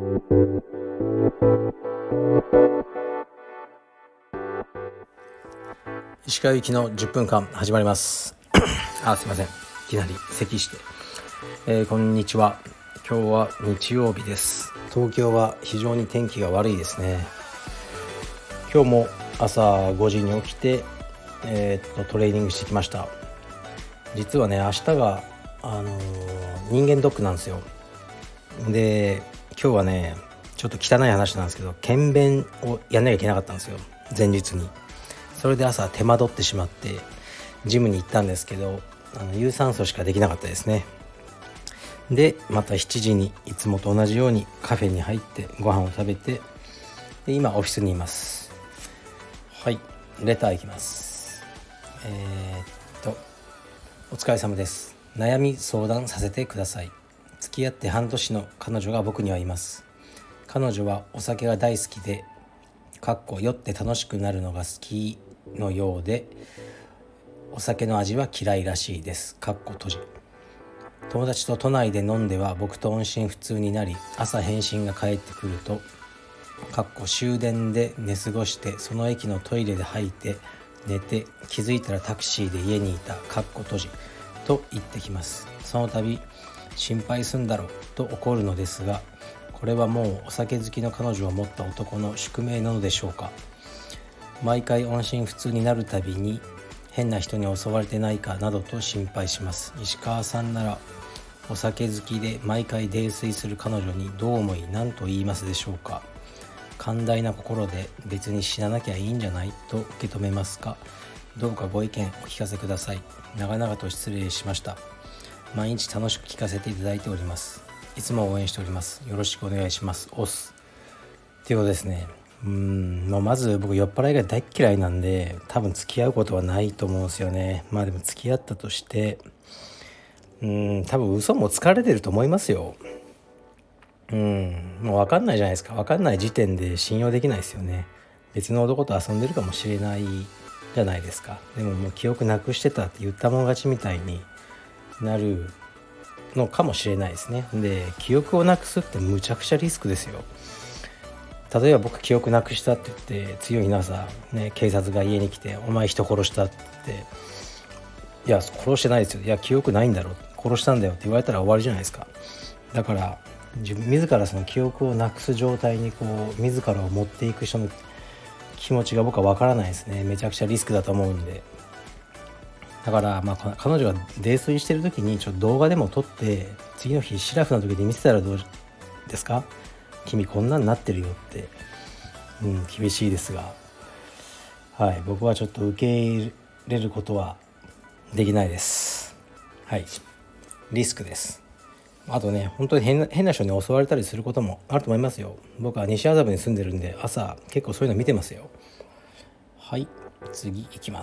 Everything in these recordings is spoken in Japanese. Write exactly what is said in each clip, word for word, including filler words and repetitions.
石川行きのじゅっぷんかん始まりますあ、すいません、いきなり咳して、えー、こんにちは。今日は日曜日です。東京は非常に天気が悪いですね。今日も朝ごじに起きて、えー、っとトレーニングしてきました。実はね、明日が、あのー、人間ドックなんですよ。で、今日はね、ちょっと汚い話なんですけど、検便をやんなきゃいけなかったんですよ、前日に。それで朝手間取ってしまってジムに行ったんですけど、あの有酸素しかできなかったですね。で、またしちじにいつもと同じようにカフェに入ってご飯を食べて、で今オフィスにいます。はい、レターいきます。えー、っとお疲れ様です。悩み相談させてください。付き合って半年の彼女が僕にはいます。彼女はお酒が大好きで、かっこ酔って楽しくなるのが好きのようで、お酒の味は嫌いらしいです。かっこ閉じ。友達と都内で飲んでは僕と音信不通になり、朝返信が返ってくると、かっこ終電で寝過ごして、その駅のトイレで吐いて寝て、気づいたらタクシーで家にいた、かっこ閉じと言ってきます。その度心配すんだろと怒るのですが、これはもうお酒好きの彼女を持った男の宿命なのでしょうか。毎回音信不通になるたびに変な人に襲われてないかなどと心配します。石川さんならお酒好きで毎回泥酔する彼女にどう思い何と言いますでしょうか。寛大な心で別に死ななきゃいいんじゃないと受け止めますか。どうかご意見お聞かせください。長々と失礼しました。毎日楽しく聞かせていただいております。いつも応援しております。よろしくお願いします。オスっていうことですね。うーん、まあ、まず僕酔っ払いが大っ嫌いなんで、多分付き合うことはないと思うんですよね。まあでも付き合ったとして、うーん多分嘘もつかれてると思いますよ。うんもう分かんないじゃないですか。分かんない時点で信用できないですよね。別の男と遊んでるかもしれないじゃないですか。でももう記憶なくしてたって言ったもん勝ちみたいになるのかもしれないですね。で、記憶をなくすってむちゃくちゃリスクですよ。例えば僕記憶なくしたって言って、次の日の朝、ね、警察が家に来てお前人殺したって言って、いや殺してないですよ、いや記憶ないんだろ、殺したんだよって言われたら終わりじゃないですか。だから自分自らその記憶をなくす状態にこう自らを持っていく人の気持ちが僕は分からないですね。めちゃくちゃリスクだと思うんで。だからまあ彼女が泥酔してる時にちょっと動画でも撮って、次の日シラフな時に見せたらどうですか。君こんなんなってるよって、うん、厳しいですが、はい、僕はちょっと受け入れることはできないです。はい、リスクです。あとね、本当に変な、変な人に襲われたりすることもあると思いますよ。僕は西麻布に住んでるんで、朝結構そういうの見てますよ。はい、次いきます。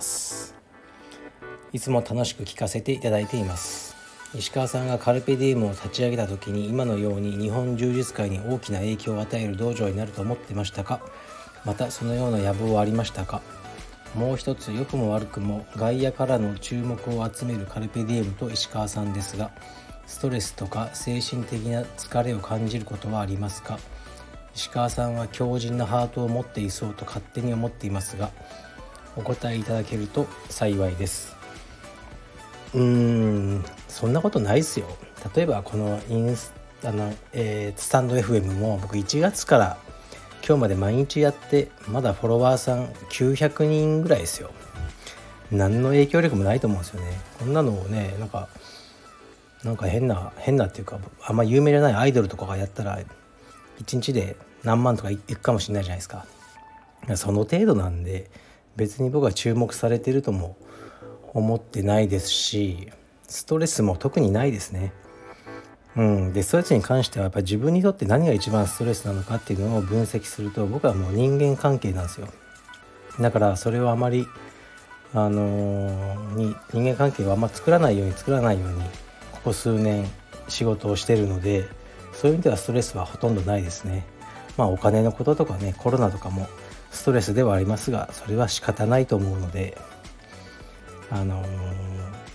いつも楽しく聞かせていただいています。石川さんがカルペディウムを立ち上げた時に、今のように日本柔術界に大きな影響を与える道場になると思ってましたか。またそのような野望はありましたか。もう一つ、良くも悪くも外野からの注目を集めるカルペディウムと石川さんですが、ストレスとか精神的な疲れを感じることはありますか。石川さんは強靭なハートを持っていそうと勝手に思っていますが、お答えいただけると幸いです。うーんそんなことないですよ。例えばこのインスあの、えー、スタンド エフエム も僕いちがつから今日まで毎日やって、まだフォロワーさんきゅうひゃくにんぐらいですよ。何の影響力もないと思うんですよね。こんなのをね、なんかなんか変な変なっていうか、あんま有名じゃないアイドルとかがやったらいちにちで何万とかいくかもしれないじゃないですか。その程度なんで、別に僕は注目されてるとも思ってないですし、ストレスも特にないですね。うん、でストレスに関してはやっぱり自分にとって何が一番ストレスなのかっていうのを分析すると、僕はもう人間関係なんですよ。だからそれをあまりあのー、に人間関係をあんま作らないように作らないようにここ数年仕事をしているので、そういう意味ではストレスはほとんどないですね。まあお金のこととかね、コロナとかもストレスではありますが、それは仕方ないと思うので、あのー、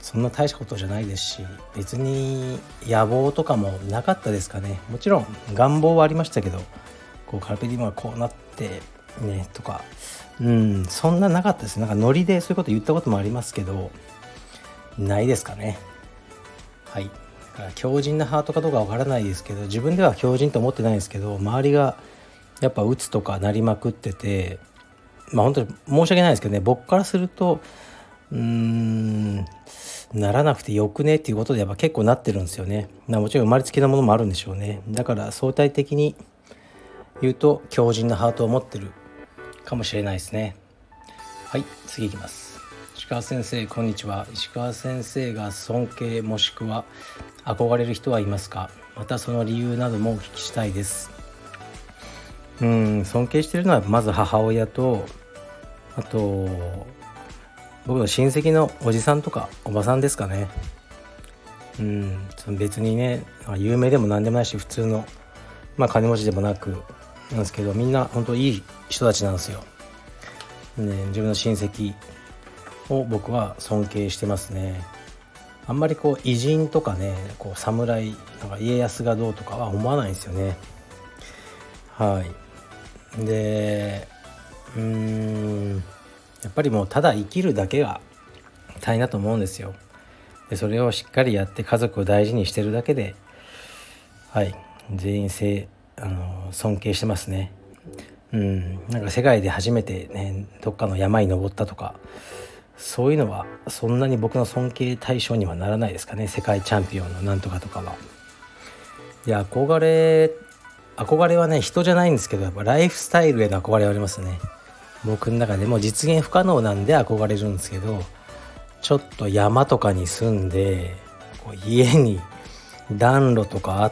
そんな大したことじゃないですし、別に野望とかもなかったですかね。もちろん願望はありましたけど、こうカルペディウムはこうなってねとか、うんそんななかったです。なんかノリでそういうこと言ったこともありますけど、ないですかね。はい。だから強靭なハートかどうかわからないですけど、自分では強靭と思ってないですけど、周りがやっぱ鬱とかなりまくってて、まあ本当に申し訳ないですけどね、僕からするとうーんならなくてよくねっていうことでやっぱ結構なってるんですよね。もちろん生まれつきなものもあるんでしょうね。だから相対的に言うと強靭なハートを持ってるかもしれないですね。はい、次いきます。石川先生こんにちは。石川先生が尊敬もしくは憧れる人はいますか？またその理由などもお聞きしたいです。うーん尊敬しているのはまず母親と、あと僕の親戚のおじさんとかおばさんですかね。うん別にね有名でも何でもないし、普通の、まあ、金持ちでもなくなんですけど、みんな本当いい人たちなんですよ、ね、自分の親戚を僕は尊敬してますね。あんまりこう偉人とかね、こう侍なんか家康がどうとかは思わないんですよね。はいでうーんやっぱりもうただ生きるだけが大変だと思うんですよ。でそれをしっかりやって家族を大事にしてるだけで、はい全員性あの尊敬してますね。うんなんか世界で初めてねどっかの山に登ったとか、そういうのはそんなに僕の尊敬対象にはならないですかね。世界チャンピオンのなんとかとかは。いや憧れ憧れはね人じゃないんですけど、やっぱライフスタイルへの憧れはありますね。僕の中でも実現不可能なんで憧れるんですけど、ちょっと山とかに住んでこう家に暖炉とかあって、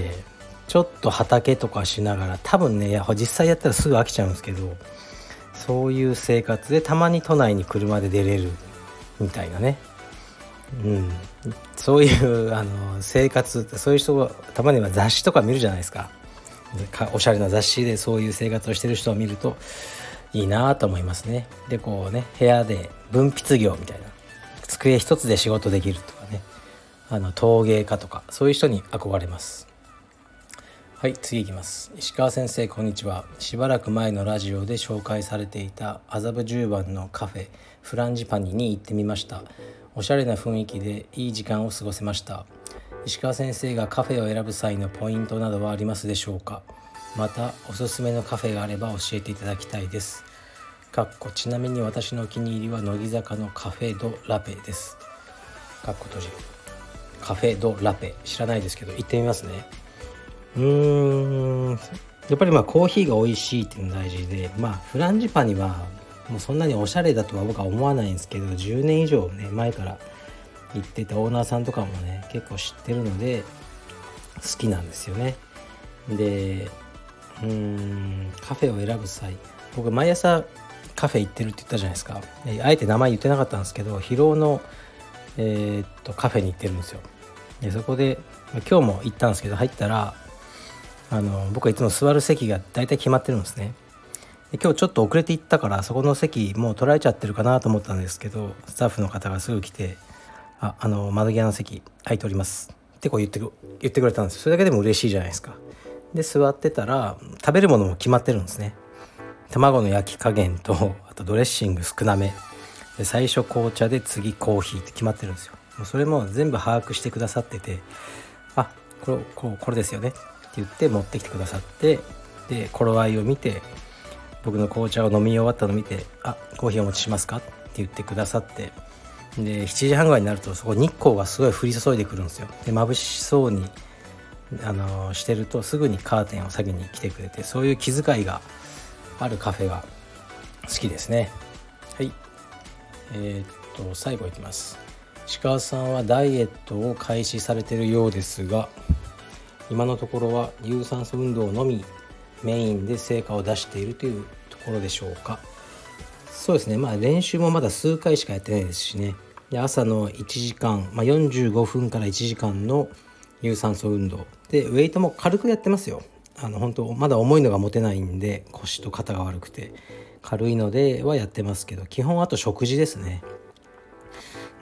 ちょっと畑とかしながら、多分ね実際やったらすぐ飽きちゃうんですけど、そういう生活でたまに都内に車で出れるみたいなね、うん、そういうあの生活って、そういう人がたまには雑誌とか見るじゃないですか。おしゃれな雑誌でそういう生活をしてる人を見るといいなと思いますね。でこうね部屋で文筆業みたいな、机一つで仕事できるとかね、あの陶芸家とかそういう人に憧れます。はい、次いきます。石川先生こんにちは。しばらく前のラジオで紹介されていた麻布十番のカフェフランジパニに行ってみました。おしゃれな雰囲気でいい時間を過ごせました。石川先生がカフェを選ぶ際のポイントなどはありますでしょうか？またおすすめのカフェがあれば教えていただきたいです。かっこちなみに私のお気に入りは乃木坂のカフェドラペです。かっこ閉じる。カフェドラペ知らないですけど行ってみますね。うーんやっぱりまあコーヒーが美味しいっていうのが大事で、まあフランジパニはもうそんなにおしゃれだとは僕は思わないんですけど、じゅうねん以上ね前から行っててオーナーさんとかもね結構知ってるので好きなんですよね。でうーんカフェを選ぶ際、僕毎朝カフェ行ってるって言ったじゃないですか。あえて名前言ってなかったんですけど、広尾の、えー、っとカフェに行ってるんですよ。でそこで今日も行ったんですけど、入ったらあの僕はいつも座る席が大体決まってるんですね。で今日ちょっと遅れて行ったからそこの席もう取られちゃってるかなと思ったんですけど、スタッフの方がすぐ来て「あ、あの窓際の席空いております」ってこう言ってく言ってくれたんですよ。それだけでも嬉しいじゃないですか。で座ってたら食べるものも決まってるんですね。卵の焼き加減と、あとドレッシング少なめで、最初紅茶で次コーヒーって決まってるんですよ。もうそれも全部把握してくださってて、あこれこうこれですよねって言って持ってきてくださって、で頃合いを見て僕の紅茶を飲み終わったのを見て、あコーヒーお持ちしますかって言ってくださって、でしちじはんぐらいになるとそこ日光がすごい降り注いでくるんですよ。で眩しそうにあのー、してるとすぐにカーテンを下げに来てくれて、そういう気遣いがあるカフェが好きですね。はいえー、っと最後いきます。石川さんはダイエットを開始されているようですが、今のところは有酸素運動のみメインで成果を出しているというところでしょうか？そうですね、まあ練習もまだ数回しかやってないですしね。で朝のいちじかん、まあ、よんじゅうごふんからいちじかんの有酸素運動で、ウェイトも軽くやってますよ。あの本当まだ重いのが持てないんで、腰と肩が悪くて軽いのではやってますけど、基本あと食事ですね。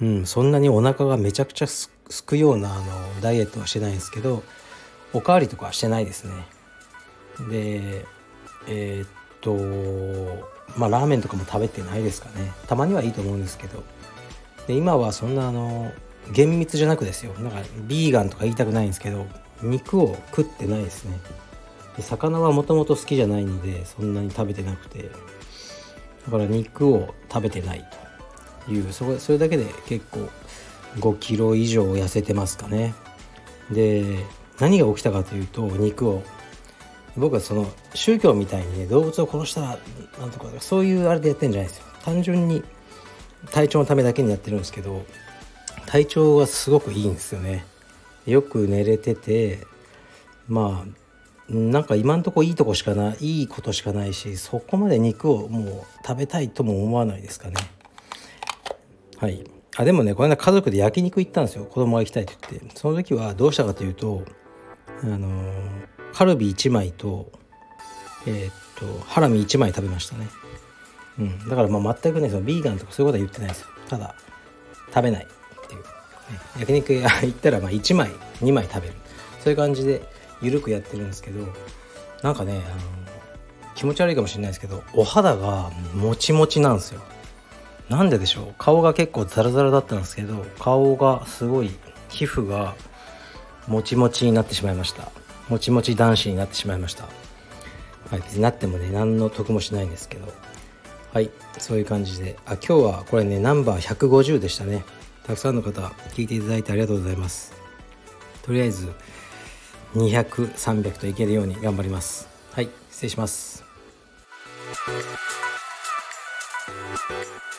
うん、そんなにお腹がめちゃくちゃすすくようなあのダイエットはしてないんですけど、おかわりとかはしてないですね。でえーっとまあラーメンとかも食べてないですかね。たまにはいいと思うんですけど、で今はそんなあの厳密じゃなくですよ、なんかビーガンとか言いたくないんですけど、肉を食ってないですね。で魚はもともと好きじゃないのでそんなに食べてなくて、だから肉を食べてないという、それ、それだけで結構ごキロ以上痩せてますかね。で何が起きたかというと、肉を僕はその宗教みたいにね、動物を殺したらなんとかそういうあれでやってるんじゃないですよ。単純に体調のためだけにやってるんですけど、体調がすごくいいんですよね。よく寝れてて、まあなんか今んとこいいとこしかないいいことしかないし、そこまで肉をもう食べたいとも思わないですかね。はい。あでもね、この間家族で焼肉行ったんですよ。子供が行きたいと言って。その時はどうしたかというと、あのー、カルビいちまいとえー、っとハラミいちまい食べましたね。うん、だからまあ全くね、そのビーガンとかそういうことは言ってないですよ。ただ食べないっていう、ね、焼肉屋行ったらまあいちまいにまい食べる、そういう感じでゆるくやってるんですけど、なんかね、あの気持ち悪いかもしれないですけど、お肌がもちもちなんですよ。なんででしょう。顔が結構ザラザラだったんですけど、顔がすごい皮膚がもちもちになってしまいました。もちもち男子になってしまいました。はい、別になってもね何の得もしないんですけど、はい、そういう感じで、あ今日はこれねナンバーひゃくごじゅうでしたね。たくさんの方聞いていただいてありがとうございます。とりあえずにひゃく、さんびゃくといけるように頑張ります。はい、失礼します。